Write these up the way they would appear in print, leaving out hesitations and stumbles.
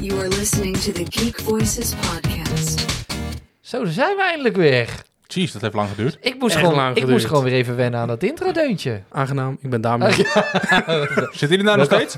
You are listening to the Geek Voices podcast. Zo, daar zijn we eindelijk weer. Jeez, dat heeft lang geduurd. Ik moest Lang gewoon weer even wennen aan dat introdeuntje. Aangenaam, ik ben Damian. Zitten jullie nou nog steeds?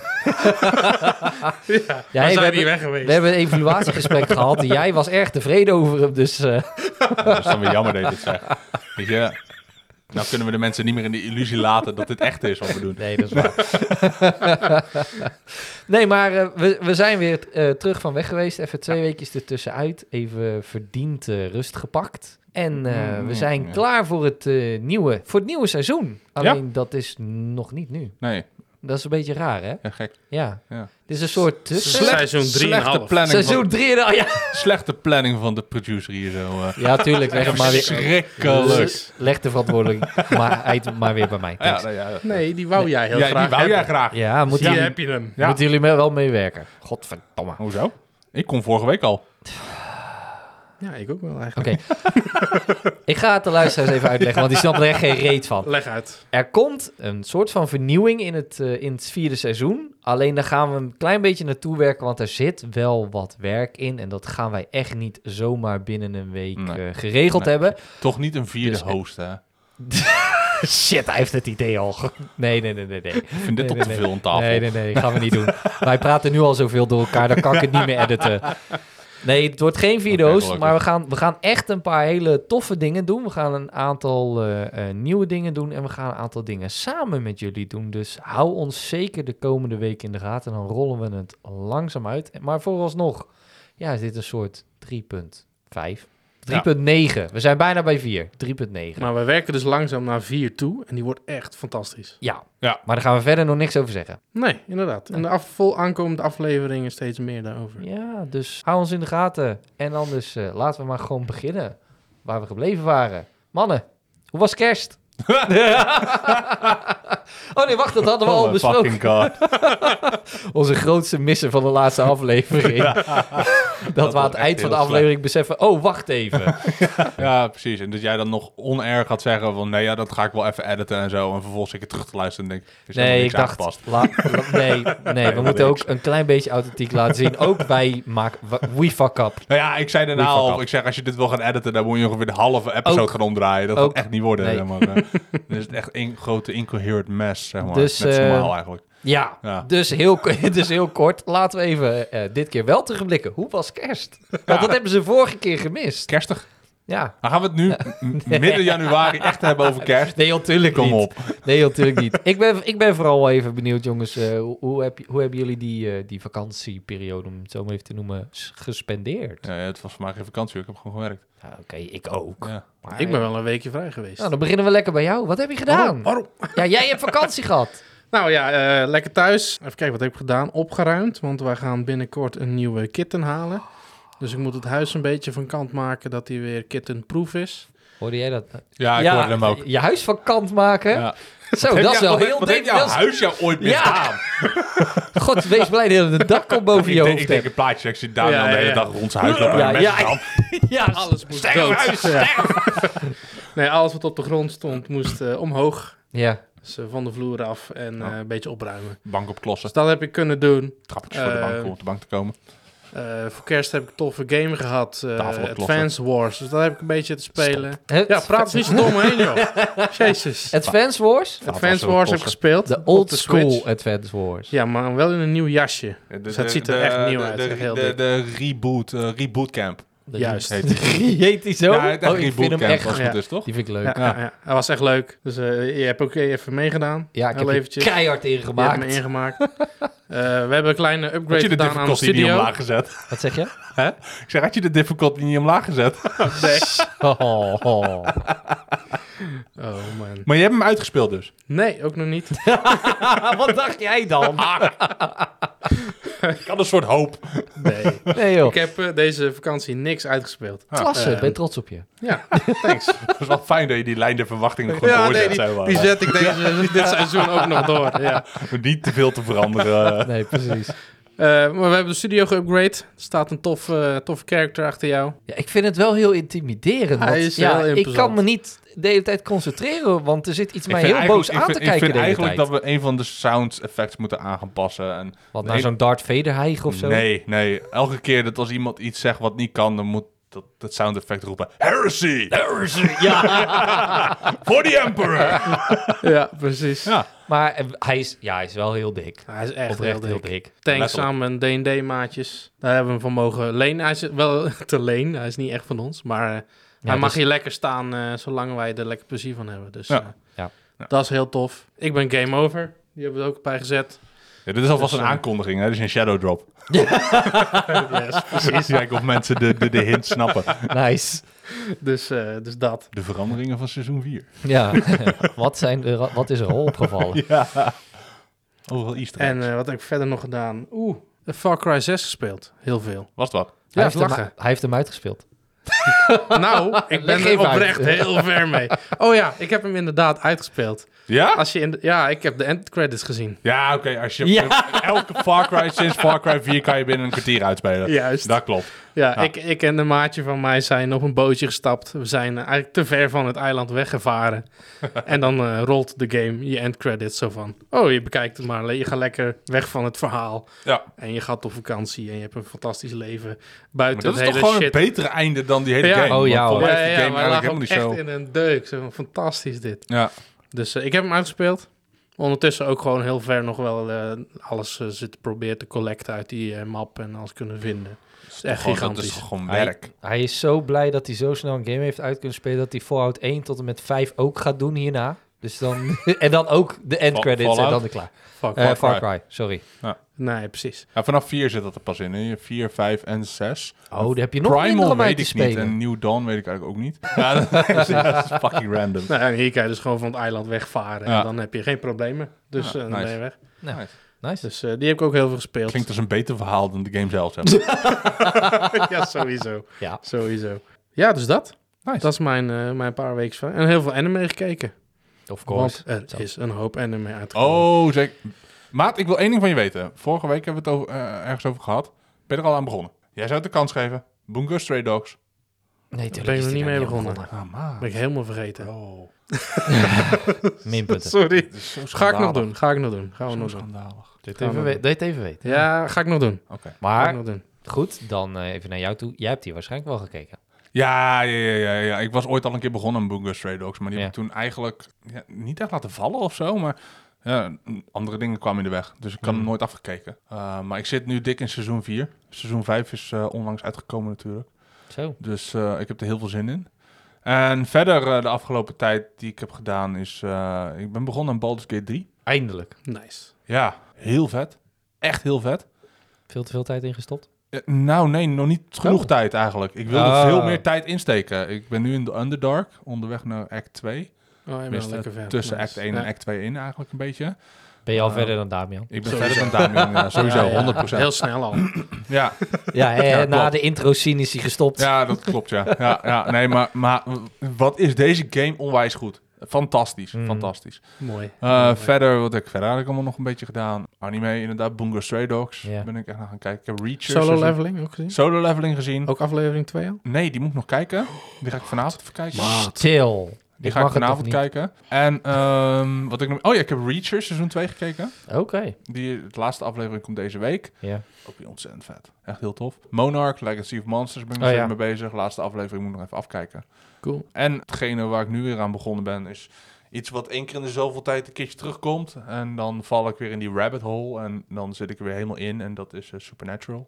Ja, we zijn hier weg geweest. We hebben een evaluatiegesprek gehad. Jij was erg tevreden over hem, dus... Dat is dan weer jammer dat je dit zegt. Weet je, nou kunnen we de mensen niet meer in de illusie laten dat dit echt is wat we doen. Nee, dat is waar. Nee, maar we zijn weer terug van weg geweest. Even 2 weekjes ertussenuit. Even verdiend rust gepakt. En we zijn klaar voor het nieuwe seizoen. Alleen dat is nog niet nu. Nee, Dat is een beetje raar, hè? ja, gek. Ja. Ja. Dit is een soort tussen... Seizoen 3,5. Slechte planning, Seizoen 3,5, ja. slechte planning van de producer hier zo. Ja, tuurlijk. Leg het maar weer... Schrikkelijk. Leg de verantwoordelijkheid maar weer bij mij. Thanks. Ja. Nee, die wou jij heel Ja, graag die wou jij hebben. graag. Ja, Hier heb je hem. Ja. moeten jullie wel meewerken. Godverdomme. Hoezo? Ik kon vorige week al. Ja, ik ook wel eigenlijk. Oké. Ik ga het de luisteraars even uitleggen, want die snappen er echt geen reet van. Leg uit. Er komt een soort van vernieuwing in het 4e seizoen. Alleen daar gaan we een klein beetje naartoe werken, want er zit wel wat werk in. En dat gaan wij echt niet zomaar binnen een week geregeld hebben. Toch niet een 4e Dus, host, hè? Shit, hij heeft het idee al. Nee. Ik vind dit tot te veel aan tafel. Nee, gaan we niet doen. Wij praten nu al zoveel door elkaar, dan kan ik het niet meer editen. Nee, het wordt geen 4e host, gelukkig. maar we gaan echt een paar hele toffe dingen doen. We gaan een aantal nieuwe dingen doen en we gaan een aantal dingen samen met jullie doen. Dus hou ons zeker de komende week in de gaten en dan rollen we het langzaam uit. Maar vooralsnog, ja, is dit een soort 3.5. 3.9. We zijn bijna bij 4. 3.9. Maar we werken dus langzaam naar 4 toe. En die wordt echt fantastisch. Ja, Ja. maar daar gaan we verder nog niks over zeggen. Nee, inderdaad. En de vol aankomende afleveringen steeds meer daarover. Ja, dus hou ons in de gaten. En anders laten we maar gewoon beginnen waar we gebleven waren. Mannen, hoe was kerst? Oh nee, wacht, dat hadden we al my besproken. fucking god. Onze grootste missen van de laatste aflevering. Dat we aan het echt eind van de heel aflevering beseffen, oh, wacht even. Ja, precies. En dat jij dan nog onerg gaat zeggen van... nee, ja, dat ga ik wel even editen en zo. En vervolgens ik het terug te luisteren en denk... is helemaal Nee, niks ik dacht, aangepast. nee, we moeten ook een klein beetje authentiek laten zien. Ook wij maken, we fuck up. Nou ja, ik zei daarna We fuck al... up. ik zeg, als je dit wil gaan editen... dan moet je ongeveer de halve episode Ook. gaan omdraaien. Dat Ook. gaat echt niet worden. Nee. Zeg maar. Dan is het echt één grote incoherent mess, zeg maar. Dus, Net zo normaal eigenlijk. Ja, Ja. dus heel kort. Laten we even dit keer wel terugblikken. Hoe was kerst? Want dat hebben ze vorige keer gemist. Kerstig. Ja. Dan gaan we het nu midden januari echt hebben over kerst. Nee, natuurlijk Kom niet. op. Nee, natuurlijk niet. Ik ben vooral wel even benieuwd, jongens. Hoe hebben jullie die vakantieperiode, om het zo maar even te noemen, gespendeerd? Ja, het was voor mij geen vakantie. Ik heb gewoon gewerkt. Ja, Oké, ik ook. Ja. Maar, Ik ben wel een weekje vrij geweest. Nou, dan beginnen we lekker bij jou. Wat heb je gedaan? Waarom? Ja, jij hebt vakantie gehad. Nou ja, lekker thuis. Even kijken, wat heb ik gedaan? Opgeruimd, want wij gaan binnenkort een nieuwe kitten halen. Dus ik moet het huis een beetje van kant maken dat hij weer kittenproof is. Hoorde jij dat? Ja, ik hoorde hem ook. Je huis van kant maken? Ja. Zo, dat is wel heel Wat heeft jouw huis jou ooit misdaan? God, wees blij dat er een dak op boven je Ik hoofd denk hebt. een plaatje. Ik zie daar Ja, dan de hele ja. dag rond zijn huis lopen. Ja, met ja. een mes in de hand. Ja, Alles moest Sterf dood. huis, Ja. sterf! Nee, alles wat op de grond stond moest omhoog. Ja. Dus van de vloer af en een beetje opruimen. Bank op klossen. Dus dat heb ik kunnen doen. Trappetjes voor de bank om op de bank te komen. Voor kerst heb ik een toffe game gehad. Tafel op Advance Wars. Dus daar heb ik een beetje te spelen. Het, Ja, praat eens niet zo dom heen, joh. Jezus. Advance Wars? Advance Wars heb ik gespeeld. De op old de school Switch. Advance Wars. Ja, maar wel in een nieuw jasje. Dus het ziet er echt nieuw uit. Echt heel dik. De reboot camp. Juist. Heet het. Heet die zo? Ja, het Oh, ik vind hem echt... als het Ja. goed is, toch? Die vind ik leuk. Ja, ja, ja. Hij was echt leuk. Dus je hebt ook even meegedaan. Ja, ik heb Heel er eventjes. keihard in Je hebt gemaakt. me ingemaakt. We hebben een kleine Had upgrade je de gedaan aan de difficulty niet studio. omlaag gezet? Wat zeg je? Ik zeg, had je de difficulty niet omlaag gezet? Nee. Oh. Oh man. Maar je hebt hem uitgespeeld dus. Nee, ook nog niet. Wat dacht jij dan? Ik had een soort hoop. Nee. Nee joh. Ik heb deze vakantie niks uitgespeeld. Klasse, ben trots op je. Ja, thanks. Het is wel fijn dat je die lijn der verwachting nog goed Ja, doorzet. nee, zeg maar. die zet ik dit seizoen ook nog door. Ja. Niet te veel te veranderen. Nee, precies. Maar we hebben de studio geupgrade. Er staat een toffe character achter jou. Ja, ik vind het wel heel intimiderend. Hij want, is heel ik imposant. kan me niet de hele tijd concentreren, want er zit iets mij vind heel boos eigenlijk- aan te kijken Ik vind de hele eigenlijk tijd. dat we een van de sound effects moeten aan gaan passen. En Wat, naar zo'n Darth Vader hijgen of zo? Nee. Elke keer dat als iemand iets zegt wat niet kan, dan moet dat sound effect roepen. Heresy! Ja, For the Emperor! Ja, precies. Ja. maar hij is wel heel dik. Hij is echt Oprecht heel dik. Tanks Letterlijk. samen met D&D-maatjes. Daar hebben we hem van mogen lenen. Hij is wel te leen. Hij is niet echt van ons. Maar hij mag dus- hier lekker staan zolang wij er lekker plezier van hebben. Dus Ja. Ja. dat is heel tof. Ik ben Game Over. Die hebben we er ook bij gezet. Ja, dit is alvast Dus, een aankondiging, hè? Dit is een shadow drop. Yes, precies. Kijken of mensen de hint snappen. Nice. Dus dat. De veranderingen van seizoen 4. Ja, wat is er al opgevallen? Ja. Overal easter eggs. En wat heb ik verder nog gedaan? Far Cry 6 gespeeld. Heel veel. Was het wat? Hij, Ja, heeft hem, lachen. hij heeft hem uitgespeeld. Nou, ik ben er even uit. oprecht heel ver mee. Oh ja, ik heb hem inderdaad uitgespeeld. Ja? Als je ik heb de endcredits gezien. Ja, oké. Als je Ja. elke Far Cry sinds Far Cry 4 kan je binnen een kwartier uitspelen. Juist. Dat klopt. Ja, Ja. Ik en een maatje van mij zijn op een bootje gestapt. We zijn eigenlijk te ver van het eiland weggevaren. En dan rolt de game je endcredits zo van... Oh, je bekijkt het maar. Je gaat lekker weg van het verhaal. Ja. En je gaat op vakantie en je hebt een fantastisch leven Maar buiten dat is het toch hele gewoon shit. een betere einde dan die hele Ja. game. Oh, ja, Want voor hoor. mij is die game maar hij lag eigenlijk ook helemaal echt niet zo... in een deuk. Zo fantastisch dit. Ja. Dus ik heb hem uitgespeeld. Ondertussen ook gewoon heel ver nog wel alles zitten proberen te collecten uit die map en alles kunnen vinden. Het is echt Gewoon, dat gigantisch. is gewoon werk. Hij is zo blij dat hij zo snel een game heeft uit kunnen spelen... dat hij Fallout 1 tot en met 5 ook gaat doen hierna. Dus dan, en dan ook de endcredits en Fallout? dan de klaar. Fuck. Far Cry, sorry. Nee, precies. Ja, vanaf 4 zit dat er pas in. Hè? 4, 5 en 6. Oh, daar heb je nog minder Primal om uit weet te ik niet. spelen. En New Dawn weet ik eigenlijk ook niet. Ja, dat is fucking random. Nou, en hier kan je dus gewoon van het eiland wegvaren. Ja. En dan heb je geen problemen. Dus Ja, dan nice. ben je weg. Nou, Nice. nice. Dus die heb ik ook heel veel gespeeld. Klinkt als een beter verhaal dan de game zelf. Zeg. Ja, sowieso. Ja. Sowieso. Ja, dus dat. Nice. Dat is mijn paar weken van. En heel veel anime gekeken. Of course. Want er is een hoop anime uitgekomen. Oh, zeker. Maat, ik wil één ding van je weten. Vorige week hebben we het ergens over gehad. Ben je er al aan begonnen? Jij zou het de kans geven. Bungo Stray Dogs. Nee, Daar ben je nog niet mee begonnen. Ah, maat. Ben ik helemaal vergeten. Oh, Minpunten. Sorry. dit is zo Ga ik nog schandalig. doen. Gaan we Zo nog doen. schandalig. Dit even weten. Ja, ga ik nog doen. Oké. Ga ik Maar nog doen. goed, dan even naar jou toe. Jij hebt hier waarschijnlijk wel gekeken. Ja. Ik was ooit al een keer begonnen aan Bungo Stray Dogs. Maar die Ja. heb ik toen eigenlijk niet echt laten vallen of zo. Maar ja, andere dingen kwamen in de weg. Dus ik had hem nooit afgekeken. Maar ik zit nu dik in seizoen 4. Seizoen 5 is onlangs uitgekomen natuurlijk. Zo. Dus ik heb er heel veel zin in. En verder de afgelopen tijd die ik heb gedaan is... ik ben begonnen aan Baldur's Gate 3. Eindelijk. Nice. Ja, heel vet. Echt heel vet. Veel te veel tijd ingestopt. Nou, nee, nog niet genoeg Oh. tijd eigenlijk. Ik wilde Ah. veel meer tijd insteken. Ik ben nu in de Underdark, onderweg naar Act 2. Oh, je bent Tenminste, lekker ver. tussen Nice. Act 1 en Act 2 in eigenlijk een beetje. Ben je al verder dan Damian? Ik ben Sowieso. verder dan Damian, ja, sowieso, Ja, ja. 100%. Heel snel al. Ja, Ja, Ja, na klopt. de intro-scene is hij gestopt. ja, dat klopt, ja. Ja, nee, maar wat is deze game onwijs goed. Fantastisch, Mm. fantastisch. Mooi. Verder, wat heb ik verder eigenlijk allemaal nog een beetje gedaan? Anime, inderdaad, Bungo Stray Dogs. Ja. Ben ik echt naar gaan kijken. Ik heb Reacher Solo seizoen- leveling ook gezien? Solo leveling gezien. Ook aflevering 2 al? Nee, die moet ik nog kijken. Die ga ik vanavond even kijken. Stil. Die ga ik vanavond kijken. En wat ik nog... Oh ja, ik heb Reacher seizoen 2 gekeken. Oké. De laatste aflevering komt deze week. Ja. Ook weer ontzettend vet. Echt heel tof. Monarch, Legacy of Monsters ben ik nog Oh, steeds ja. mee bezig. Laatste aflevering moet ik nog even afkijken. Cool. En hetgene waar ik nu weer aan begonnen ben is iets wat 1 keer in de zoveel tijd een keertje terugkomt. En dan val ik weer in die rabbit hole en dan zit ik er weer helemaal in. En dat is Supernatural.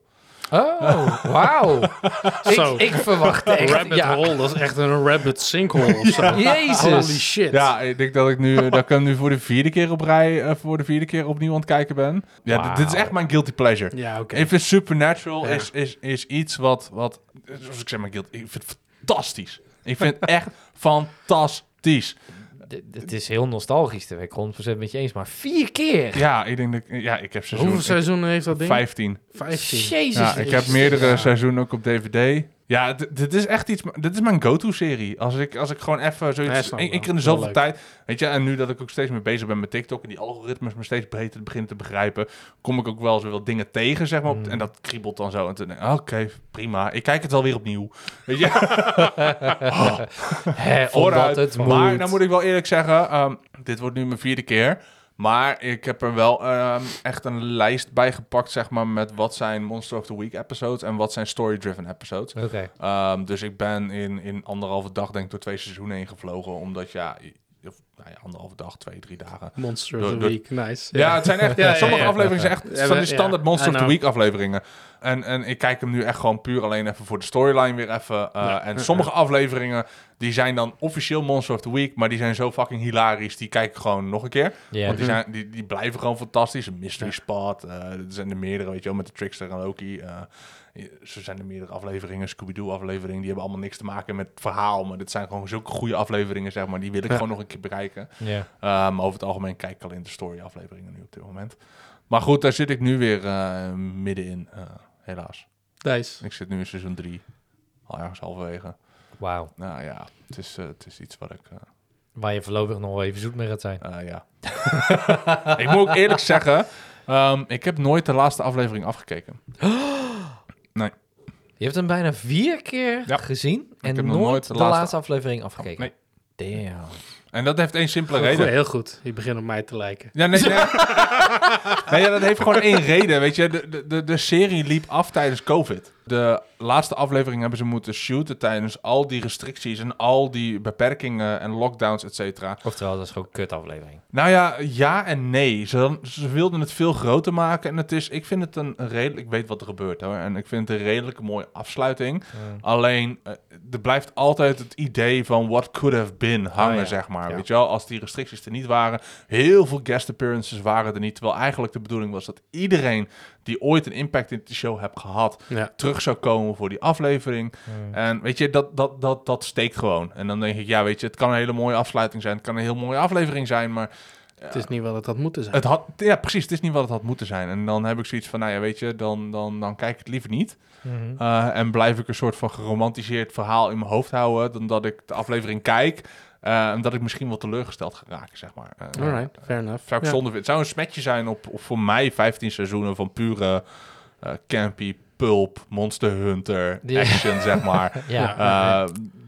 Oh, wauw. Zo. ik verwachtte echt... Rabbit ja. hole, dat is echt een rabbit sinkhole of zo. Jezus. Holy shit. Ja, ik denk dat ik nu dat ik hem nu voor de 4e keer op rij, voor de 4e keer opnieuw aan het kijken ben. Ja, Wauw. dit is echt mijn guilty pleasure. Ja, oké. Ik vind Supernatural Ja. is iets wat, zoals ik zeg maar guilty, ik vind het fantastisch. Ik vind het echt fantastisch. Het is heel nostalgisch, daar ben ik 100% met je eens. Maar 4 keer? Ja, ik denk dat ik heb seizoen Hoeveel seizoenen heeft dat ding? 15. 15. Jezus. Ja, ik heb meerdere seizoenen ook op DVD. Ja, dit is echt iets... Dit is mijn go-to-serie. Als ik gewoon even zoiets... Ja, één keer in wel de zoveel leuk. tijd... Weet je, en nu dat ik ook steeds meer bezig ben met TikTok... en die algoritmes me steeds beter beginnen te begrijpen... kom ik ook wel zo wat dingen tegen, zeg maar. En dat kriebelt dan zo. En toen denk ik, oké, prima. Ik kijk het wel weer opnieuw. Weet je? Omdat het moet. Maar dan moet ik wel eerlijk zeggen... dit wordt nu mijn 4e keer... Maar ik heb er wel echt een lijst bij gepakt, zeg maar, met wat zijn Monster of the Week episodes en wat zijn story-driven episodes. Oké. Dus ik ben in 1,5 dag, denk ik, door 2 seizoenen heen gevlogen, omdat anderhalve dag, 2-3 dagen. Monster of the Door- Week, nice. Ja, het zijn echt, sommige afleveringen zijn echt Ja, van die ja, standaard Monster I of the know. Week afleveringen. En ik kijk hem nu echt gewoon puur alleen even voor de storyline weer even. En sommige afleveringen, die zijn dan officieel Monster of the Week, maar die zijn zo fucking hilarisch, die kijk ik gewoon nog een keer. Ja. Want die blijven gewoon fantastisch. Een Mystery Spot, er zijn er meerdere, weet je wel, met de Trickster en Loki. Zo zijn er meerdere afleveringen, Scooby-Doo afleveringen, die hebben allemaal niks te maken met het verhaal, maar dit zijn gewoon zulke goede afleveringen, zeg maar, die wil ik gewoon nog een keer bekijken. Ja. Maar over het algemeen kijk ik alleen de story-afleveringen nu op dit moment. Maar goed, daar zit ik nu weer middenin, helaas. Nice. Ik zit nu in seizoen 3, al ergens halverwege. Wauw. Nou ja, het is iets wat ik... Waar je voorlopig nog wel even zoet mee gaat zijn. ja. Ik moet ook eerlijk zeggen, ik heb nooit de laatste aflevering afgekeken. Je hebt hem bijna 4 keer Ja. gezien en heb nog nooit de laatste aflevering afgekeken. Nee. Damn. En dat heeft één simpele Goed, reden. heel goed. Je begint op mij te lijken. Ja, nee. Nee, dat heeft gewoon één reden. Weet je, de serie liep af tijdens COVID. De laatste aflevering hebben ze moeten shooten tijdens al die restricties en al die beperkingen en lockdowns, et cetera. Oftewel, dat is gewoon een kut aflevering. Nou ja en nee. Ze wilden het veel groter maken. En ik vind het een redelijk... Ik weet wat er gebeurt hoor. En ik vind het een redelijke mooie afsluiting. Alleen, er blijft altijd het idee van what could have been hangen, ja. zeg maar. Ja. Weet je wel, als die restricties er niet waren. Heel veel guest appearances waren er niet. Terwijl eigenlijk de bedoeling was dat iedereen die ooit een impact in de show heeft gehad, Ja. terug zou komen voor die aflevering. En weet je, dat steekt gewoon. En dan denk ik, ja, weet je, het kan een hele mooie afsluiting zijn. Het kan een heel mooie aflevering zijn, maar... Het is niet wat het had moeten zijn. Ja, precies. Het is niet wat het had moeten zijn. En dan heb ik zoiets van, nou ja, weet je, dan kijk ik het liever niet. En blijf ik een soort van geromantiseerd verhaal in mijn hoofd houden, dan dat ik de aflevering kijk. En dat ik misschien wel teleurgesteld ga raken, zeg maar. Alright, fair enough. Zou ik zonde vinden. Het zou een smetje zijn op voor mij 15 seizoenen van pure campy, pulp, Monster Hunter, Ja. action, zeg maar. Ja,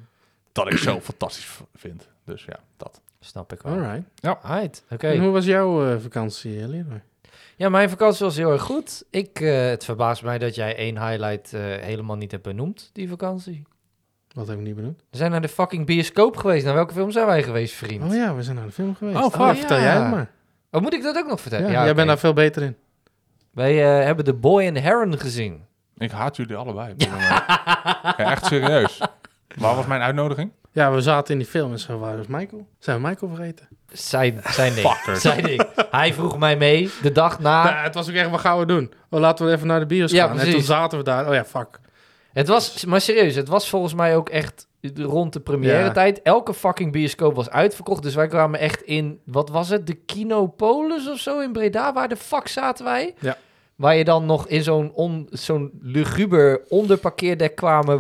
Dat ik zo fantastisch vind. Dus ja, dat. snap ik wel. Alright. Alright, oké. En hoe was jouw vakantie, Leroy? Ja, mijn vakantie was heel erg goed. Het verbaast mij dat jij één highlight helemaal niet hebt benoemd, die vakantie. Wat heb ik niet benoemd? We zijn naar de fucking bioscoop geweest. Naar welke film zijn wij geweest, vriend? Oh ja, we zijn naar de film geweest. Oh, fuck. Vertel jij het maar. Oh, moet ik dat ook nog vertellen? Ja, Ja, jij oké. bent daar veel beter in. Wij hebben The Boy and the Heron gezien. Ik haat jullie allebei. op dit moment. Ja, echt serieus. Waar was mijn uitnodiging? Ja, we zaten in die film en zo, waar is Michael? Zijn we Michael vergeten? Zijn ding. Fuckers. Zijn ding. Hij vroeg mij mee de dag na. Nou, het was ook echt, wat gaan we doen? Oh, laten we even naar de bios Ja, gaan. En toen precies. zaten we daar. Oh ja, fuck. Het was, maar serieus, het was volgens mij ook echt rond de première tijd. Elke fucking bioscoop was uitverkocht. Dus wij kwamen echt in, wat was het? De Kinopolis of zo in Breda? Waar de fuck zaten wij? Ja. Waar je dan nog in zo'n luguber onderparkeerdek kwamen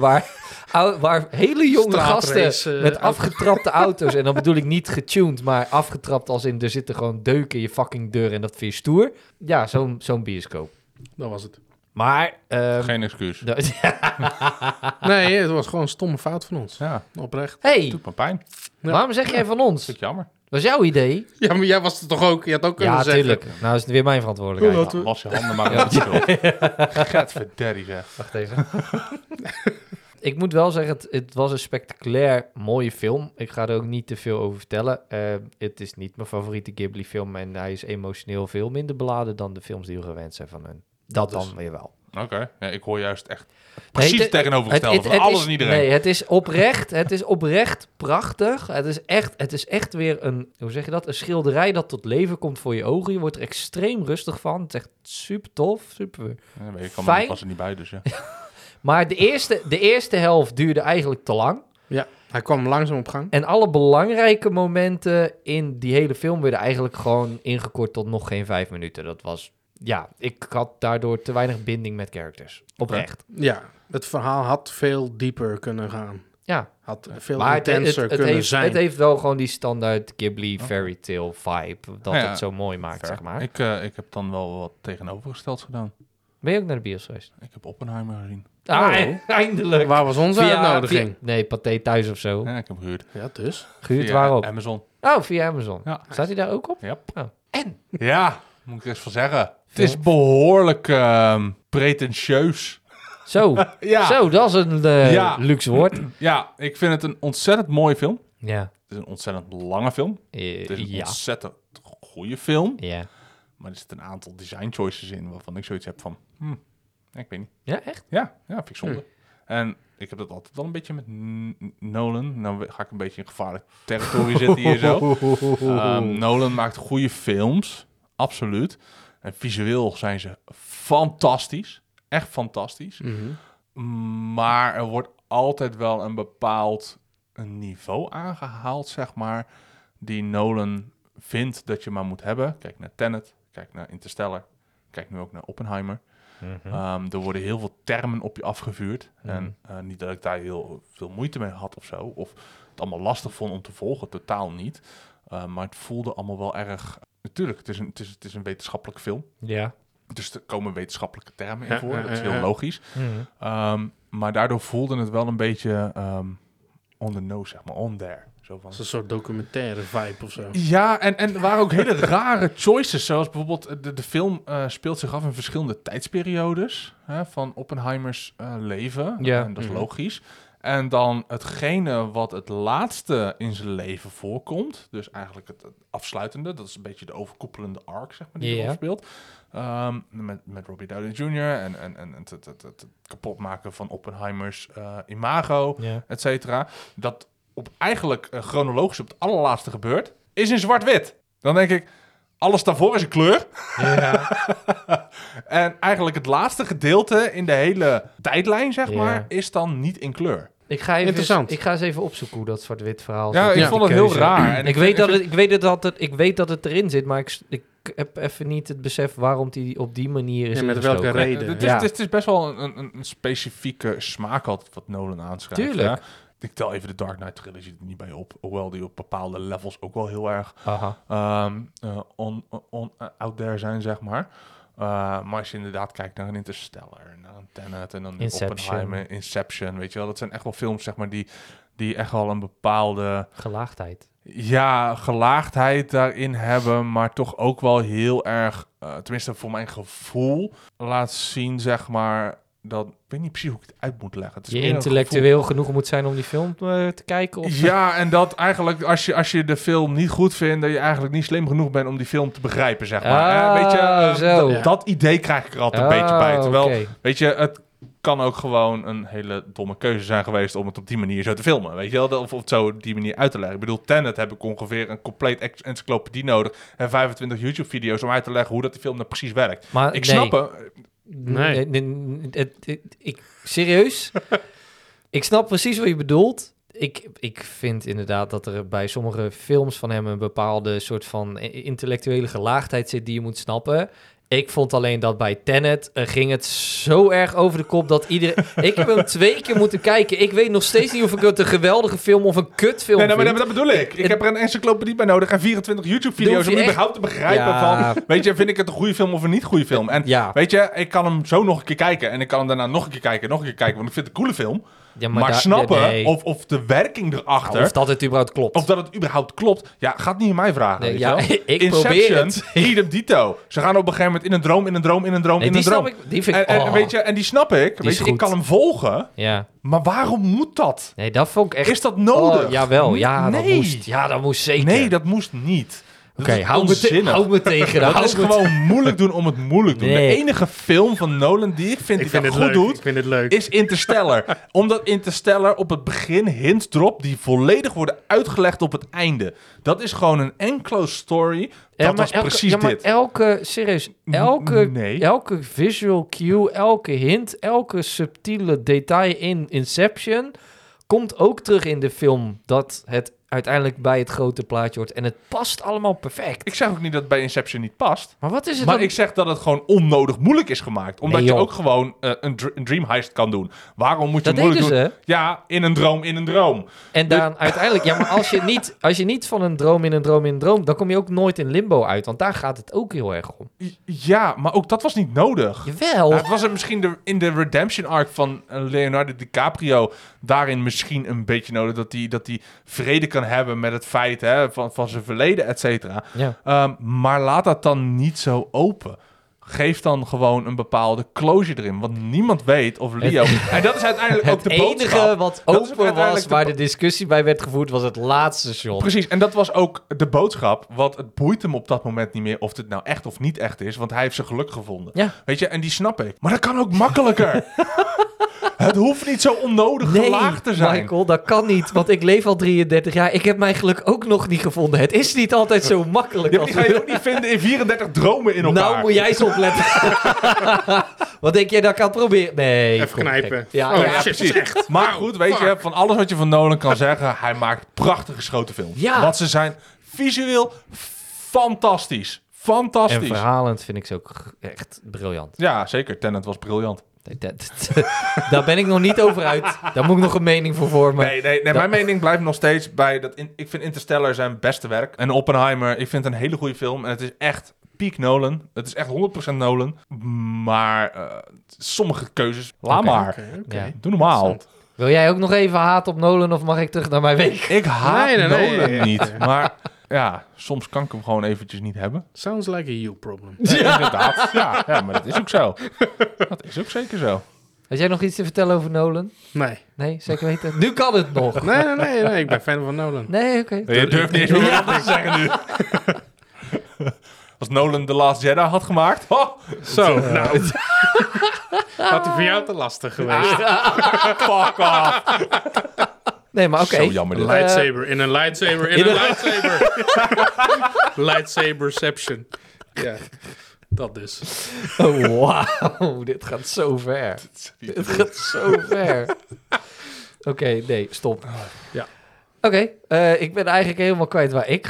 waar hele jonge Straatrace, gasten met afgetrapte auto's. En dan bedoel ik niet getuned, maar afgetrapt als in er zitten gewoon deuken in je fucking deur en dat vind je stoer. Ja, zo'n bioscoop. Dat was het. Maar... Geen excuus. Nee, het was gewoon een stomme fout van ons. Ja, Oprecht. hey, doet me pijn. Ja. waarom zeg jij van ons? Dat is jammer. Dat is jouw idee? Ja, maar jij was het toch ook? Je had ook kunnen Ja, zeggen. tuurlijk. Nou is het weer mijn verantwoordelijkheid. Laten we- Was je handen maar Ja. op de Gadverdерrie, zeg. Wacht even. Ik moet wel zeggen, het was een spectaculair mooie film. Ik ga er ook niet te veel over vertellen. Het is niet mijn favoriete Ghibli-film en hij is emotioneel veel minder beladen dan de films die we gewend zijn van hun. Dat dan weer wel. Oké, ja, ik hoor juist echt precies Nee, het tegenovergestelde van alles is, en iedereen. Nee, het is oprecht prachtig. Het is echt weer een, hoe zeg je dat? Een schilderij dat tot leven komt voor je ogen. Je wordt er extreem rustig van. Het is echt super tof, super. Ja, weet je, ik kan Fijn. me pas er niet bij, dus ja. Maar de eerste helft duurde eigenlijk te lang. Ja, hij kwam langzaam op gang. En alle belangrijke momenten in die hele film werden eigenlijk gewoon ingekort tot nog geen 5 minuten. Dat was ik had daardoor te weinig binding met characters. Oprecht. Ja, het verhaal had veel dieper kunnen gaan. Ja. Had veel Maar intenser kunnen heeft, zijn. het heeft wel gewoon die standaard Ghibli fairy tale vibe. Dat Ja, het zo mooi maakt, Fair. zeg maar. Ik heb dan wel wat tegenovergesteld gedaan. Ben je ook naar de bios geweest? Ik heb Oppenheimer gezien. Eindelijk. Waar was onze uitnodiging? Nee, Pathé thuis of zo. Ja, ik heb gehuurd. Ja, dus. Gehuurd Via waarop? Amazon. Oh, via Amazon. Ja. Staat hij daar ook op? Yep. Oh. En? Ja, moet ik er eens van zeggen. Het is behoorlijk pretentieus. Zo. Ja. Zo, dat is een Ja. luxe woord. Ja, ik vind het een ontzettend mooie film. Ja. Het is een ontzettend lange film. Het is een Ja. ontzettend goede film. Ja. Maar er zitten een aantal design choices in waarvan ik zoiets heb van... ik weet niet. Ja, echt? Ja, vind ik zonde. En ik heb dat altijd wel een beetje met Nolan. Nou ga ik een beetje in gevaarlijk territorie zitten hier zo. Nolan maakt goede films. Absoluut. En visueel zijn ze fantastisch. Echt fantastisch. Maar er wordt altijd wel een bepaald niveau aangehaald, zeg maar, die Nolan vindt dat je maar moet hebben. Kijk naar Tenet, kijk naar Interstellar, kijk nu ook naar Oppenheimer. Er worden heel veel termen op je afgevuurd. En niet dat ik daar heel veel moeite mee had of zo, of het allemaal lastig vond om te volgen, totaal niet. Maar het voelde allemaal wel erg... Natuurlijk, het is een wetenschappelijke film. Ja. Dus er komen wetenschappelijke termen in Ja, voor. Dat is heel logisch. Maar daardoor voelde het wel een beetje on the nose, zeg maar. On there. Zo van... Dat is een soort documentaire vibe of zo. Ja, en er waren ook hele rare choices. Zoals bijvoorbeeld de film speelt zich af in verschillende tijdsperiodes van Oppenheimers leven. Ja. En dat is logisch. En dan hetgene wat het laatste in zijn leven voorkomt. Dus eigenlijk het afsluitende. Dat is een beetje de overkoepelende arc, zeg maar, die erop speelt. Met Robbie Downey Jr. en het kapotmaken van Oppenheimers imago, et cetera. Dat eigenlijk chronologisch op het allerlaatste gebeurt, is in zwart-wit. Dan denk ik, alles daarvoor is in kleur. Ja. En eigenlijk het laatste gedeelte in de hele tijdlijn, zeg maar, is dan niet in kleur. Ik ga eens even opzoeken hoe dat zwart-wit verhaal Ja, zit. ik vond het heel raar. En ik weet dat het erin zit, maar ik heb even niet het besef waarom die op die manier is met ingestoken. welke reden. Het is best wel een specifieke smaak altijd wat Nolan aanschrijft. Tuurlijk. Ja? Ik tel even de Dark Knight Trilogy er niet bij op. Hoewel die op bepaalde levels ook wel heel erg out there zijn, zeg maar. Maar als je inderdaad kijkt naar een Interstellar, naar een Tenet en dan Oppenheimer, Inception, weet je wel. Dat zijn echt wel films, zeg maar, die echt wel een bepaalde... Gelaagdheid. Ja, gelaagdheid daarin hebben, maar toch ook wel heel erg, tenminste voor mijn gevoel, laat zien, zeg maar, dat... Ik weet niet precies hoe ik het uit moet leggen. Het is Je meer een intellectueel genoeg moet zijn om die film te kijken? Of ja, en dat eigenlijk als je de film niet goed vindt, dat je eigenlijk niet slim genoeg bent om die film te begrijpen, zeg maar. Weet je, dat idee krijg ik er altijd een beetje bij. Terwijl, weet je, het kan ook gewoon een hele domme keuze zijn geweest om het op die manier zo te filmen, weet je wel? Of het zo op die manier uit te leggen. Ik bedoel, Tenet heb ik ongeveer een compleet encyclopedie nodig en 25 YouTube-video's om uit te leggen hoe dat die film nou precies werkt. Maar ik snap het. Serieus? Ik snap precies wat je bedoelt. Ik vind inderdaad dat er bij sommige films van hem een bepaalde soort van intellectuele gelaagdheid zit die je moet snappen. Ik vond alleen dat bij Tenet ging het zo erg over de kop dat iedereen... Ik heb hem 2 keer moeten kijken. Ik weet nog steeds niet of ik het een geweldige film of een kutfilm vind. Nee, maar dat bedoel ik. Ik heb er een encyclopedie bij nodig en 24 YouTube-video's om überhaupt te begrijpen van... Weet je, vind ik het een goede film of een niet goede film? En weet je, ik kan hem zo nog een keer kijken en ik kan hem daarna nog een keer kijken, want ik vind het een coole film. Ja, maar snappen of de werking erachter... of dat het überhaupt klopt. Of dat het überhaupt klopt. Ja, gaat niet aan mij vragen. Nee, weet ja, je wel? ik Inception, probeer het. idem dito. Ze gaan op een gegeven moment in een droom. Nee, die snap ik. Die vind ik... En, weet je, en die snap ik. Weet je, ik kan hem volgen. Ja. Maar waarom moet dat? Nee, dat vond ik echt... Is dat nodig? Oh, jawel. Ja, nee. dat moest. Ja, dat moest zeker. Nee, dat moest niet. Oké, hou me tegen. Dat is gewoon moeilijk doen om het moeilijk doen. Nee. De enige film van Nolan die ik vind die dat goed doet, ik vind het leuk. is Interstellar. Omdat Interstellar op het begin hints dropt die volledig worden uitgelegd op het einde. Dat is gewoon een enclosed story. Dat was precies dit. Elke visual cue, elke hint, elke subtiele detail in Inception komt ook terug in de film dat het uiteindelijk bij het grote plaatje hoort. En het past allemaal perfect. Ik zeg ook niet dat het bij Inception niet past. Maar wat is het Maar dan? ik zeg dat het gewoon onnodig moeilijk is gemaakt. Omdat Nee, je joh. ook gewoon een dream heist kan doen. Waarom moet je Dat moeilijk deden doen? ze. Ja, in een droom. En dan uiteindelijk... Ja, maar als je niet van een droom in een droom in een droom... dan kom je ook nooit in limbo uit. Want daar gaat het ook heel erg om. Ja, maar ook dat was niet nodig. Jawel. Ja, het was er misschien in de redemption arc van Leonardo DiCaprio daarin misschien een beetje nodig. Dat hij vrede kan hebben met het feit van zijn verleden, et cetera. Ja. Maar laat dat dan niet zo open. Geef dan gewoon een bepaalde closure erin. Want niemand weet of Leo... en dat is uiteindelijk ook Het de boodschap. enige wat Dat is open was, uiteindelijk waar de discussie bij werd gevoerd... was het laatste shot. Precies, en dat was ook de boodschap. Want het boeit hem op dat moment niet meer of het nou echt of niet echt is. Want hij heeft zijn geluk gevonden. Ja. Weet je, en die snap ik. Maar dat kan ook makkelijker. Het hoeft niet zo onnodig gelaagd te zijn. Michael, dat kan niet. Want ik leef al 33 jaar. Ik heb mijn geluk ook nog niet gevonden. Het is niet altijd zo makkelijk. Ja, die ga je ook niet vinden in 34 dromen in elkaar. Nou, moet jij eens opletten. Wat denk jij dat ik kan proberen? Nee. Even kom, knijpen. gek. Ja, Oh, ja, ja, shit, precies. dat is echt. Maar goed, weet je, van alles wat je van Nolan kan zeggen, hij maakt prachtige grote films. Ja. Want ze zijn visueel fantastisch. En Fantastisch. verhalend vind ik ze ook echt briljant. Ja, zeker. Tenet was briljant. Daar ben ik nog niet over uit. Daar moet ik nog een mening voor vormen. Nee, mijn mening blijft nog steeds bij dat... ik vind Interstellar zijn beste werk. En Oppenheimer, ik vind het een hele goede film. En het is echt peak Nolan. Het is echt 100% Nolan. Maar sommige keuzes, laat Oké, maar. Oké. Ja. Doe normaal. Interessant. Wil jij ook nog even haat op Nolan of mag ik terug naar mijn week? Ik haat Nee. Nolan niet. Maar ja, soms kan ik hem gewoon eventjes niet hebben. Sounds like a you problem. Ja, inderdaad. Ja, maar dat is ook zo. Dat is ook zeker zo. Had jij nog iets te vertellen over Nolan? Nee. Nee, zeker weten. Nu kan het nog. Nee. Ik ben fan van Nolan. Nee, oké. Je durft niet eens meer wat te zeggen nu. Als Nolan The Last Jedi had gemaakt... Oh, Zo, nou. Had hij voor jou te lastig geweest. fuck off. Nee, maar oké. Zo jammer Een dit. lightsaber in een lightsaber in een lightsaber. Lightsaberception. Ja, dat dus. Oh, wauw. Dit gaat zo ver. Dit gaat zo ver. Oké, nee, stop. Ja. Oké, ik ben eigenlijk helemaal kwijt waar ik...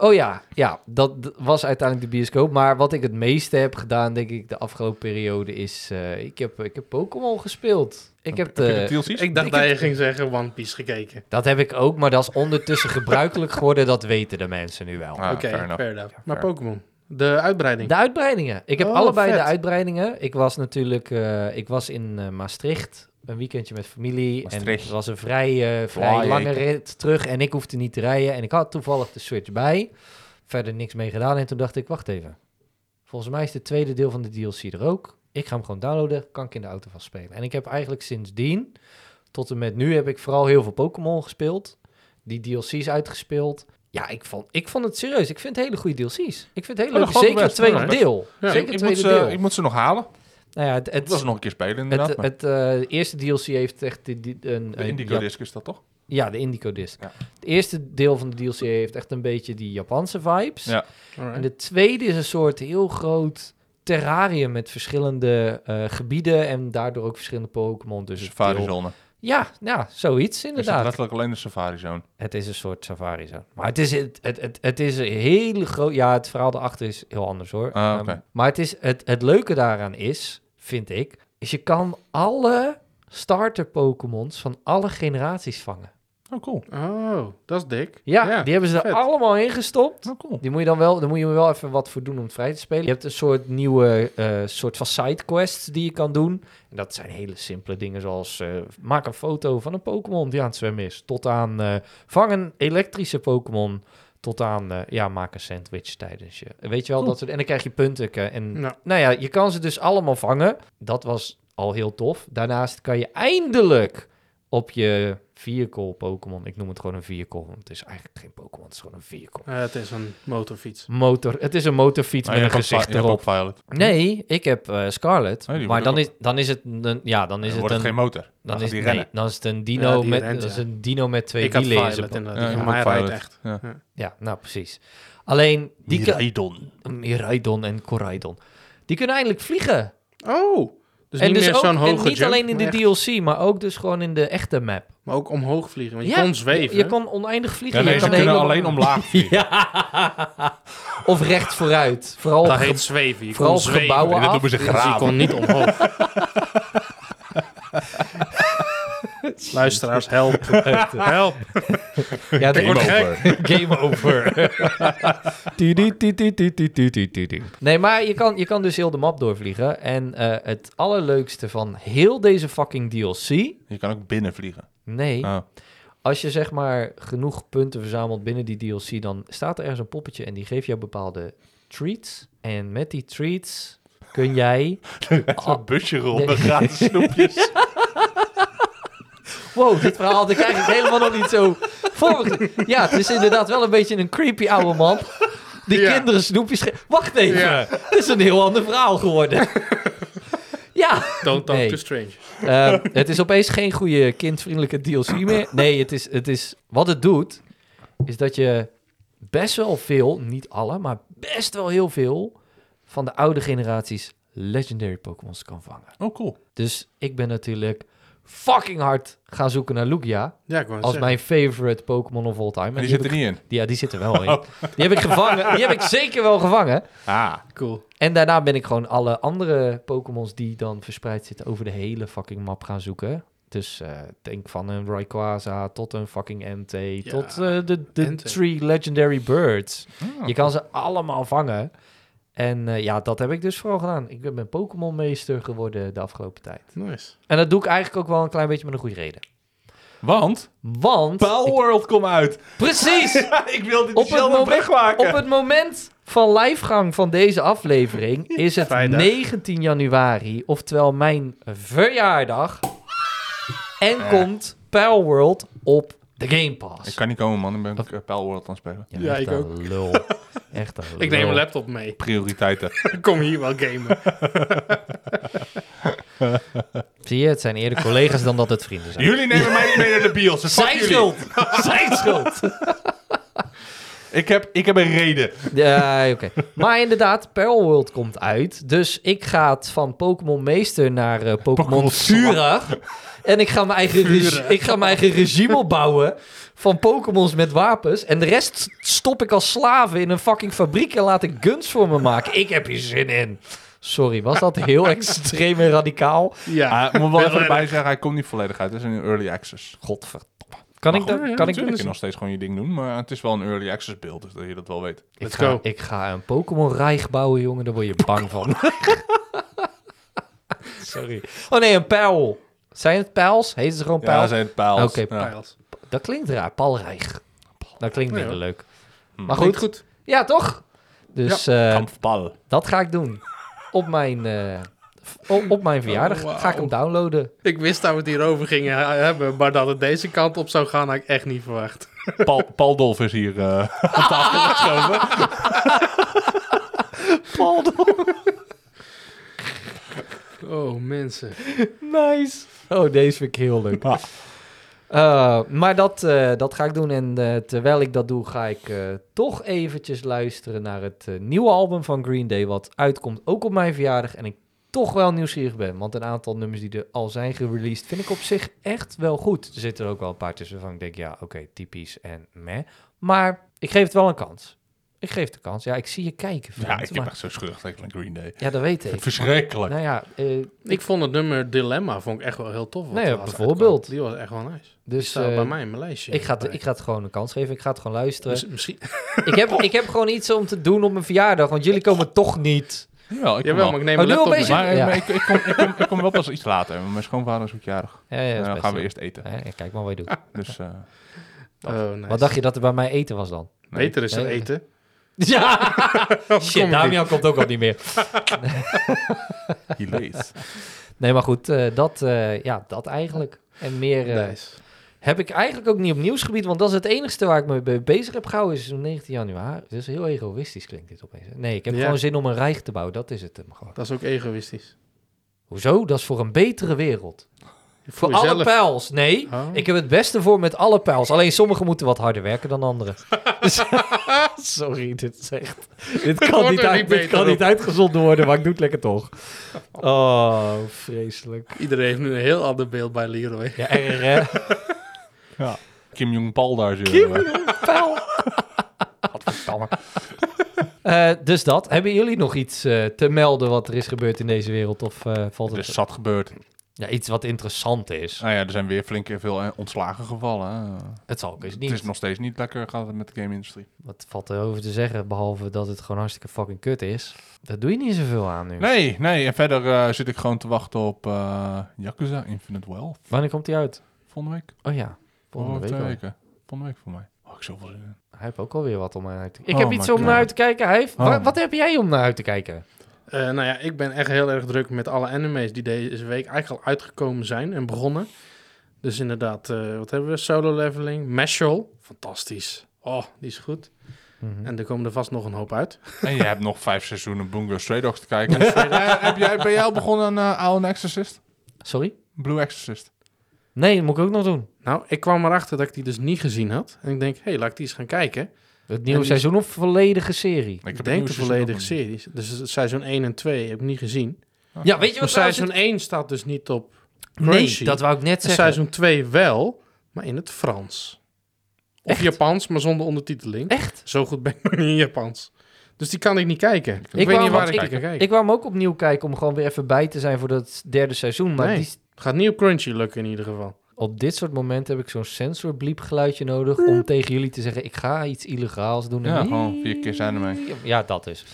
Ja, dat was uiteindelijk de bioscoop. Maar wat ik het meeste heb gedaan, denk ik, de afgelopen periode is... Ik heb Pokémon gespeeld. Ik heb Heb je de... de DLC's? Ik dacht Ik dat je heb- ging zeggen One Piece gekeken. Dat heb ik ook, maar dat is ondertussen gebruikelijk geworden. Dat weten de mensen nu wel. Ah, Oké, fair enough. fair enough. Ja, Maar fair. Pokémon. De uitbreiding. De uitbreidingen. Ik heb Oh, allebei vet. de uitbreidingen. Ik was natuurlijk... ik was in Maastricht. Een weekendje met familie. Maastricht. En het was een vrij Wow, lange jeetje. rit terug. En ik hoefde niet te rijden. En ik had toevallig de Switch bij. Verder niks mee gedaan. En toen dacht ik, wacht even. Volgens mij is het tweede deel van de DLC er ook. Ik ga hem gewoon downloaden. Kan ik in de auto van spelen. En ik heb eigenlijk sindsdien... Tot en met nu heb ik vooral heel veel Pokémon gespeeld. Die DLC's uitgespeeld. Ja, ik vond het serieus. Ik vind het hele goede DLC's. Ik vind het hele Oh, leuk. dat gaat Zeker best. het tweede Alright. deel. Ja, Zeker het tweede deel. Ik moet ze nog halen. Nou ja, Ik wil ze nog een keer spelen, inderdaad. maar het eerste DLC heeft echt een de Indigo Disc is dat toch? ja, de Indigo Disc. Ja. Het eerste deel van de DLC heeft echt een beetje die Japanse vibes. Ja. Alright. En de tweede is een soort heel groot terrarium met verschillende gebieden en daardoor ook verschillende Pokémon. Dus het Safari deel- Zone. Ja, zoiets Is het inderdaad. letterlijk alleen de Safari Zone? Het is een soort safari zone. Maar het is een hele groot... Ja, het verhaal erachter is heel anders hoor. Ah, oké. Maar het leuke daaraan is, vind ik... is je kan alle starter Pokémons van alle generaties vangen. Oh, cool. Oh, dat is dik. Ja, die hebben ze vet. er allemaal in gestopt. Oh, cool. Die moet je dan wel, daar moet je wel even wat voor doen om het vrij te spelen. Je hebt een soort nieuwe soort van sidequests die je kan doen. En dat zijn hele simpele dingen zoals maak een foto van een Pokémon die aan het zwemmen is. Tot aan vang een elektrische Pokémon. Tot aan maak een sandwich tijdens je. Weet je wel, dat soort. En dan krijg je punten. En Ja. nou ja, je kan ze dus allemaal vangen. Dat was al heel tof. Daarnaast kan je eindelijk op je vehicle Pokémon. Ik noem het gewoon een vehicle, want het is eigenlijk geen Pokémon, het is gewoon een vehicle. Het is een motorfiets. Het is een motorfiets Maar met je een hebt ook gezicht erop. Pilot. Nee, ik heb Scarlet. Oh, die maar wordt dan is het een, ja, dan is Dan het wordt het een, geen motor. dan gaat is die nee, rennen. dan is het een Ja, dino die met rent, dat is ja. een dino met twee Ik had wielen in Violet zijn- inderdaad. Ja, Ja, ik maar hij heb rijdt Violet. echt. Ja. Ja. Ja, nou precies. Alleen die Miraidon. Miraidon en Coraidon. Die kunnen eindelijk vliegen. Oh, Dus en niet dus meer ook, zo'n en hoge niet jump, alleen in de maar echt- DLC, maar ook dus gewoon in de echte map. Maar ook omhoog vliegen, want je kon zweven. Je kon oneindig vliegen. Ja, nee, je ze kan kunnen helemaal- alleen omlaag vliegen. Ja. Of recht vooruit. Vooral Dat op heet zweven. Je vooral kon op zweven. gebouwen En dat af. noemen ze Dus je graven. kon niet omhoog. Luisteraars, help. Help. Ja, dat Game wordt over. Game over. Nee, maar je kan dus heel de map doorvliegen. En het allerleukste van heel deze fucking DLC... Je kan ook binnen vliegen. Nee, Oh. als je zeg maar genoeg punten verzamelt binnen die DLC... dan staat er ergens een poppetje en die geeft jou bepaalde treats. En met die treats kun jij... Zo'n busje rond, gratis snoepjes. Wow, dit verhaal had ik eigenlijk helemaal nog niet zo voorbereid. Ja, het is inderdaad wel een beetje een creepy oude man. Die Ja. kinderen snoepjes Wacht even, Ja. het is een heel ander verhaal geworden. Ja. Don't talk Nee. to strangers. Het is opeens geen goede kindvriendelijke DLC meer. Nee, het is wat het doet, is dat je best wel veel, niet alle, maar best wel heel veel van de oude generaties Legendary Pokémons kan vangen. Oh, cool. Dus ik ben natuurlijk fucking hard gaan zoeken naar Lugia. Ja, ik wou het Als zeggen. mijn favorite Pokémon of all time. Maar En die heb zit er ik- niet in. Ja, die zit er wel in. Die heb ik gevangen. Die heb ik zeker wel gevangen. Ah, Cool. En daarna ben ik gewoon alle andere Pokémons die dan verspreid zitten over de hele fucking map gaan zoeken. Dus denk van een Rayquaza tot een fucking Entei, Ja, tot de Entei. 3 Legendary Birds. Ah, Je kan ze allemaal vangen. En ja, dat heb ik dus vooral gedaan. Ik ben Pokémon-meester geworden de afgelopen tijd. Nice. En dat doe ik eigenlijk ook wel een klein beetje met een goede reden. Want Want... Palworld komt uit. Precies! Ik wil dit Op het moment- wegmaken. Op het moment van livegang van deze aflevering is het Vrijdag. 19 januari, oftewel mijn verjaardag. En komt Palworld op de Game Pass. Ik kan niet komen, man. Dan ben ik Palworld aan het spelen. Ja, echt ik een ook. lul. Echt een lul. Ik neem een laptop mee. Prioriteiten. Ik kom hier wel gamen. Zie je, het zijn eerder collega's dan dat het vrienden zijn. Jullie nemen mij niet mee naar de bios. Dus fuck Zijn jullie. schuld! Zijn schuld! Ik heb een reden. Ja, oké. Maar inderdaad, Palworld komt uit. Dus ik ga het van Pokémon Meester naar Pokémon Pokémon Vurig. En ik ga mijn eigen regime opbouwen van Pokémons met wapens. En de rest stop ik als slaven in een fucking fabriek en laat ik guns voor me maken. Ik heb hier zin in. Sorry, was dat heel extreem en radicaal? Ja. Ik moet wel even Heel erbij erg. zeggen, hij komt niet volledig uit. Het is een early access. Godverdomme. Kan ik dat? Kan ik Kan ik nog steeds gewoon je ding doen, maar het is wel een early access beeld, dus dat je dat wel weet. Let's go. Ik ga een Pokémon-rijg bouwen, jongen. Daar word je bang van. Sorry. Oh nee, een pijl. Zijn het pijls? Heet ze gewoon Ja, pijls? dat zijn het pijls. Oké, Ja. Pijls. Dat klinkt raar. Palrijg. Dat klinkt Ja, minder hoor. leuk. Hm. Maar Klinkt goed. Ja, toch? Dus Kampfbal. dat ga ik doen. Op mijn verjaardag Oh, wauw. ga ik hem downloaden. Ik wist dat we het hierover gingen hebben, maar dat het deze kant op zou gaan, had ik echt niet verwacht. Paul Dolf is hier aan tafel geschoven. Oh, mensen. Nice. Oh, deze vind ik heel leuk. Maar dat ga ik doen. En terwijl ik dat doe, ga ik toch eventjes luisteren naar het nieuwe album van Green Day. Wat uitkomt ook op mijn verjaardag. En ik toch wel nieuwsgierig ben. Want een aantal nummers die er al zijn gereleased, vind ik op zich echt wel goed. Er zitten er ook wel een paar tussen waarvan ik denk, ja, oké, typisch en meh. Maar ik geef het wel een kans. Ik geef het een kans. Ja, ik zie je kijken, vriend. Ja, ik heb maar- echt zo schuldig tegen aan Green Day. Ja, dat weet ik. Verschrikkelijk. Nou ja, Ik vond het nummer Dilemma vond ik echt wel heel tof. wat Nee, er laatst bijvoorbeeld. uitkwam. Die was echt wel nice. Die dus staat bij mij in mijn lijstje. ik ga het gewoon een kans geven. Ik ga het gewoon luisteren. Misschien. Ik heb gewoon iets om te doen op mijn verjaardag, want jullie komen toch niet. Jawel, ik kom Jawel, wel. maar ik neem Oh, mijn nu laptop opeens- mee. Maar Ja. ik kom wel pas iets later. Mijn schoonvader is ook jarig. Ja, En dat is dan best gaan we zo. eerst eten. Kijk maar wat je doet. Dus Oh, nice. Wat dacht je dat er bij mij eten was dan? Beter is er Nee. eten. Ja! Kom Shit, je Damian komt ook al niet meer. he leest. Nee, maar goed, dat eigenlijk. En meer Nice. heb ik eigenlijk ook niet op nieuwsgebied, want dat is het enigste waar ik me mee bezig heb gehouden, is 19 januari. Dus heel egoïstisch klinkt dit opeens. Nee, ik heb Ja. gewoon zin om een rijg te bouwen, dat is het hem gewoon. Dat is ook egoïstisch. Hoezo? Dat is voor een betere wereld. Voor jezelf. alle pijls. Nee, Oh. ik heb het beste voor met alle pijls. Alleen sommige moeten wat harder werken dan andere. Sorry, dit is echt... Dit kan, wordt niet, er uit, niet dit beter kan op. niet uitgezonden worden, maar ik doe het lekker toch. Oh, vreselijk. Iedereen heeft nu een heel ander beeld bij Leroy. Ja, erg hè? Kim Jong-pal daar zo. Pijl. Godverdamme. Dus dat. Hebben jullie nog iets te melden wat er is gebeurd in deze wereld? Of valt Er het... is zat gebeurd. Ja, iets wat interessant is. Nou ja, er zijn weer flink veel ontslagen gevallen. Hè. Het zal ook eens Het niet. is nog steeds niet lekker gaat het met de game-industrie. Wat valt er over te zeggen, behalve dat het gewoon hartstikke fucking kut is. Daar doe je niet zoveel aan nu. Nee. En verder zit ik gewoon te wachten op Yakuza Infinite Wealth. Wanneer komt die uit? Volgende week? Oh ja, volgende week 2 al. weken. Volgende week voor mij. Oh, ik zoveel zin in. Hij heeft ook alweer wat om naar uit te kijken. Ik Oh, heb iets maar om naar uit te kijken. Hij heeft... Oh. Wat heb jij om naar uit te kijken? Nou ja, ik ben echt heel erg druk met alle anime's die deze week eigenlijk al uitgekomen zijn en begonnen. Dus inderdaad, wat hebben we? Solo Leveling, Mashal, fantastisch. Oh, die is goed. Mhm. En er komen er vast nog een hoop uit. En je hebt nog 5 seizoenen Bungo Stray Dogs te kijken. Ben jij al begonnen aan Owl Exorcist? Sorry? Blue Exorcist? Nee, dat moet ik ook nog doen. Nou, ik kwam erachter dat ik die dus niet gezien had. En ik denk, laat ik die eens gaan kijken. Het nieuwe die- seizoen of volledige serie? Ik denk de volledige series. Dus seizoen 1 en 2 heb ik niet gezien. Ja, weet je Maar wat seizoen 1 staat dus niet op Nee, Crunchy. dat wou ik net En zeggen. seizoen 2 wel, maar in het Frans. Of Echt? Japans, maar zonder ondertiteling. Echt? Zo goed ben ik nog niet in Japans. Dus die kan ik niet kijken. Ik weet wou niet waar hem- ik die kan kijken. Ik wou hem ook opnieuw kijken om gewoon weer even bij te zijn voor dat derde seizoen. Maar Nee. die, Het gaat niet op Crunchy lukken in ieder geval. op dit soort momenten heb ik zo'n sensorbliep geluidje nodig om tegen jullie te zeggen, ik ga iets illegaals doen. Ja, gewoon 4 keer zijn ermee. Ja, dat is.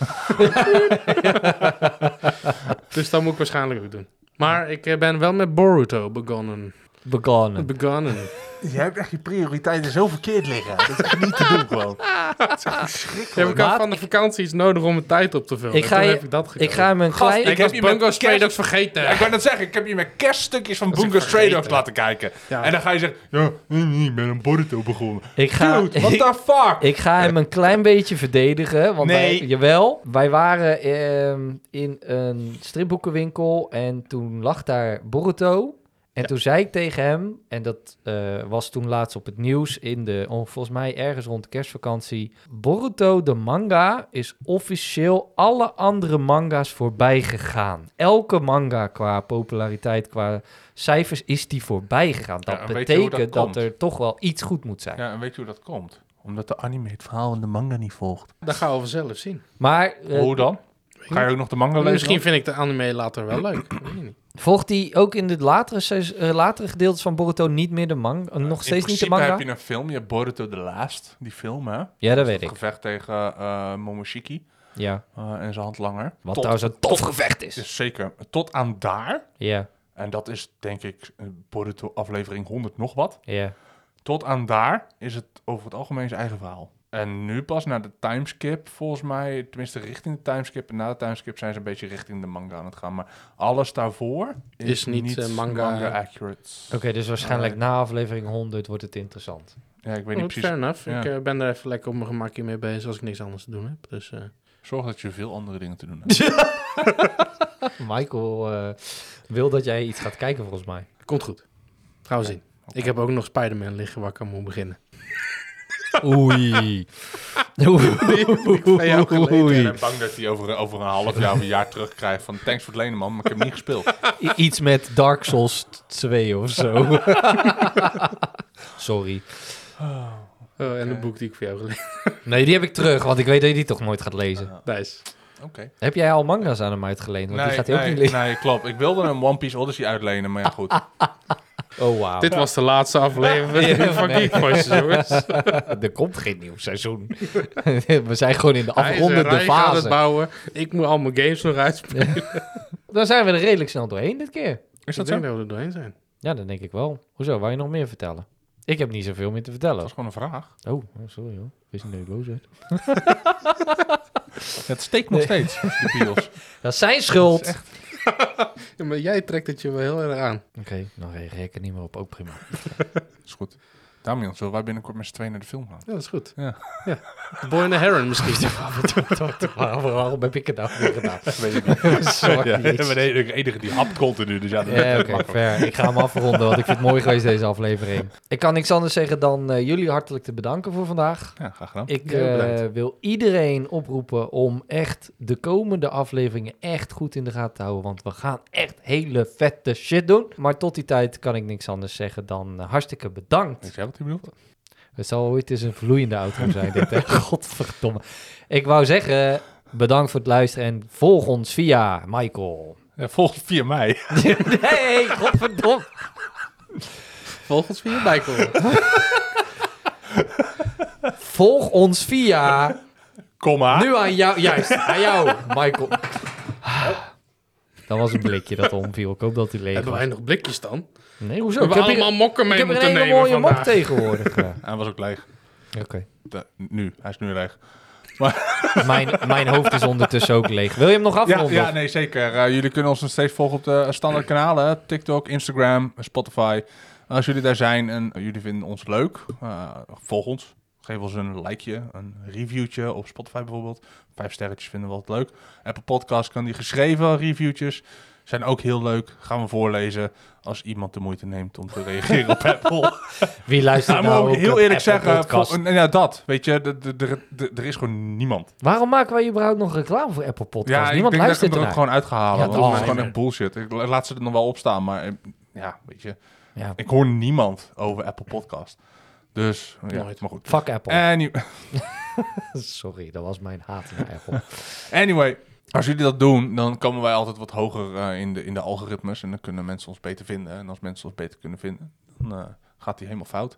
Dus dat moet ik waarschijnlijk ook doen. Maar ik ben wel met Boruto begonnen. Begonnen. Je hebt echt je prioriteiten zo verkeerd liggen. Dat is echt niet te doen gewoon. Ja, ik had van de vakantie iets nodig om mijn tijd op te vullen. Ik ga En toen je- heb ik dat gekozen. Ik ga hem een klein... Ik heb was je met Bungo Stray kerst- Dogs vergeten. Ja, ik wou net zeggen, ik heb je met kerststukjes van Dat is Bungo ik Stray Dogs vergeten. laten kijken. Ja. En dan ga je zeggen, ja, ik ben een Boruto begonnen. Ik ga, Dude, what the fuck? ik ga hem een klein beetje verdedigen. Want Nee. jawel, wij waren in een stripboekenwinkel en toen lag daar Boruto. En toen zei ik tegen hem, en dat was toen laatst op het nieuws volgens mij ergens rond de kerstvakantie. Boruto, de manga, is officieel alle andere manga's voorbij gegaan. Elke manga qua populariteit, qua cijfers, is die voorbij gegaan. Dat Ja, en weet je hoe dat betekent dat komt? er toch wel iets goed moet zijn. Ja, en weet je hoe dat komt? Omdat de anime het verhaal in de manga niet volgt. Dat gaan we vanzelf zien. Maar Hoe dan? Ga je ook nog de manga lezen? Misschien vind ik de anime later wel leuk. Dat weet ik niet. volgt hij ook in de latere gedeeltes van Boruto niet meer de manga? Nog steeds niet de manga? heb je een film, je hebt Boruto The Last, die film hè? Ja, dat weet Het ik. gevecht tegen Momoshiki Ja, en zijn handlanger. wat trouwens een tof gevecht is. Is zeker. Tot aan daar, Ja, en dat is denk ik Boruto aflevering 100 nog wat. ja. Tot aan daar is het over het algemeen zijn eigen verhaal. En nu pas naar de timeskip, volgens mij, tenminste richting de timeskip. En na de timeskip zijn ze een beetje richting de manga aan het gaan. Maar alles daarvoor Is niet, manga accurate. Oké, dus waarschijnlijk na aflevering 100 wordt het interessant. Ja, ik weet niet Goed, precies. fair enough. Ja. Ik ben er even lekker op mijn gemakje mee bezig als ik niks anders te doen heb. Dus Zorg dat je veel andere dingen te doen hebt. Michael wil dat jij iets gaat kijken volgens mij. komt goed. Gaan we zien. Ik heb ook nog Spider-Man liggen waar ik aan moet beginnen. Oei. Ik ben bang dat hij over een half jaar of een jaar terugkrijgt van thanks voor het lenen man, maar ik heb hem niet gespeeld. Iets met Dark Souls 2 of zo. Sorry. Oh, en een boek die ik voor jou gelezen Nee, die heb ik terug, want ik weet dat je die toch nooit gaat lezen. heb. Nice. Oké. Heb jij al manga's aan hem uitgeleend? Want die gaat hij ook niet lezen. Nee, klopt. Ik wilde een One Piece Odyssey uitlenen, maar ja goed. Oh, wauw. Dit was de laatste aflevering van Nee. Geek Voices, jongens. Er komt geen nieuw seizoen. We zijn gewoon in de Hij is een afrondende rij aan het fase. bouwen. Ik moet al mijn games nog uitspelen. Dan zijn we er redelijk snel doorheen dit keer. Is Ik dat denk zo? dat we er doorheen zijn. Ja, dat denk ik wel. Hoezo? Wou je nog meer vertellen? Ik heb niet zoveel meer te vertellen. Dat is gewoon een vraag. Oh, sorry hoor. Wist niet dat je boos werd. Het steekt nog steeds, de bios. Dat is zijn schuld. Ja, maar jij trekt het je wel heel erg aan. Oké, dan reageer ik er niet meer op. Ook prima. Is goed. Damian, zullen wij binnenkort met z'n tweeën naar de film gaan? Ja, dat is goed. Ja. Ja. The Boy and the Heron misschien. Waarom heb ik het nou weer gedaan? Weet ik niet. Sorry. Ja, ik ben de enige die hapt continu, dus ja, dat Ja, is oké, makkelijk. fair. Ik ga hem afronden, want ik vind het mooi geweest deze aflevering. Ik kan niks anders zeggen dan jullie hartelijk te bedanken voor vandaag. Ja, graag gedaan. Ik Ja, bedankt. wil iedereen oproepen om echt de komende afleveringen echt goed in de gaten te houden, want we gaan echt hele vette shit doen. Maar tot die tijd kan ik niks anders zeggen dan hartstikke bedankt. Weet jij wat hij bedoelt? Het zal ooit eens een vloeiende outro zijn dit, hè? Godverdomme. Ik wou zeggen, bedankt voor het luisteren en volg ons via Michael. Ja, volgens 4 mei. Nee, godverdomme. Volgens via Michael. Volg ons via... Komma. Nu aan jou, juist, aan jou, Michael. Dat was een blikje dat omviel. Ik hoop dat hij leeg Hebben was. wij nog blikjes dan? Nee, hoezo? We hebben Ik heb hier- allemaal mokken ik mee heb een moeten hele nemen mooie mok vandaag. tegenwoordig. Hij was ook leeg. Oké. Hij is nu leeg. Mijn hoofd is ondertussen ook leeg. Wil je hem nog afronden? Ja, nee, zeker. Jullie kunnen ons nog steeds volgen op de standaard kanalen. hè. TikTok, Instagram, Spotify. Als jullie daar zijn en jullie vinden ons leuk, volg ons. Geef ons een likeje, een reviewtje op Spotify bijvoorbeeld. 5 sterretjes vinden we altijd leuk. Apple Podcast kan die geschreven reviewtjes. Zijn ook heel leuk. Gaan we voorlezen als iemand de moeite neemt om te reageren op Apple. Wie luistert Nou, maar nou ook ook heel op eerlijk Apple zeggen, Podcast? ja, dat. Weet je, er is gewoon niemand. Waarom maken wij überhaupt nog reclame voor Apple Podcast? Ja, Niemand ik denk dat ik luistert hem er ook ernaar. gewoon uit ga halen. Ja, want dat dat is is gewoon waar. echt bullshit. Ik laat ze er nog wel op staan, maar ja, weet je. Ja, Ik hoor niemand over Apple Podcast. Dus, ja, Nooit. maar goed. fuck Apple. Sorry, dat was mijn haat naar Apple. Anyway, als jullie dat doen, dan komen wij altijd wat hoger in de algoritmes. En dan kunnen mensen ons beter vinden. En als mensen ons beter kunnen vinden, dan gaat die helemaal fout.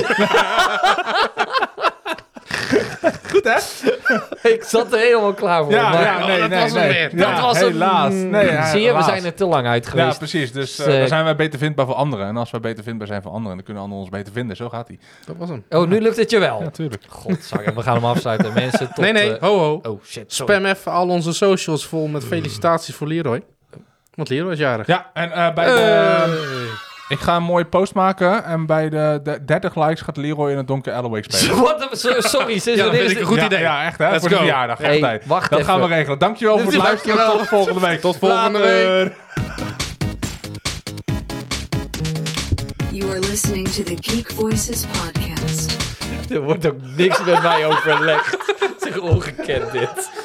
Goed, hè? Ik zat er helemaal klaar voor. maar dat was hem weer. dat was hem. helaas. Nee, Zie je, we helaas. zijn er te lang uit Ja, geweest. precies. Dus Dus, dan zijn wij beter vindbaar voor anderen. En als wij beter vindbaar zijn voor anderen, dan kunnen anderen ons beter vinden. Zo gaat die. Dat was hem. Oh, nu lukt het je wel. Natuurlijk. Godzanger, we gaan hem afsluiten. Mensen, tot... Nee, ho ho. oh, shit, sorry. Spam even al onze socials vol met felicitaties voor Leroy. Want Leroy is jarig. Ja, en bij de... Ik ga een mooie post maken. En bij de 30 likes gaat Leroy in het donker Alan spelen. Sorry, sinds Ja, dat wanneer vind is ik een dit- goed Ja, idee. ja, echt hè. Let's Voor de go. verjaardag. Hey, Echt, hey. wacht Dat even. gaan we regelen. Dankjewel voor het luisteren. Dankjewel. Tot volgende week. Tot volgende week. You are listening to the Geek Voices podcast. Er wordt ook niks met mij overlegd. Het is ongekend dit.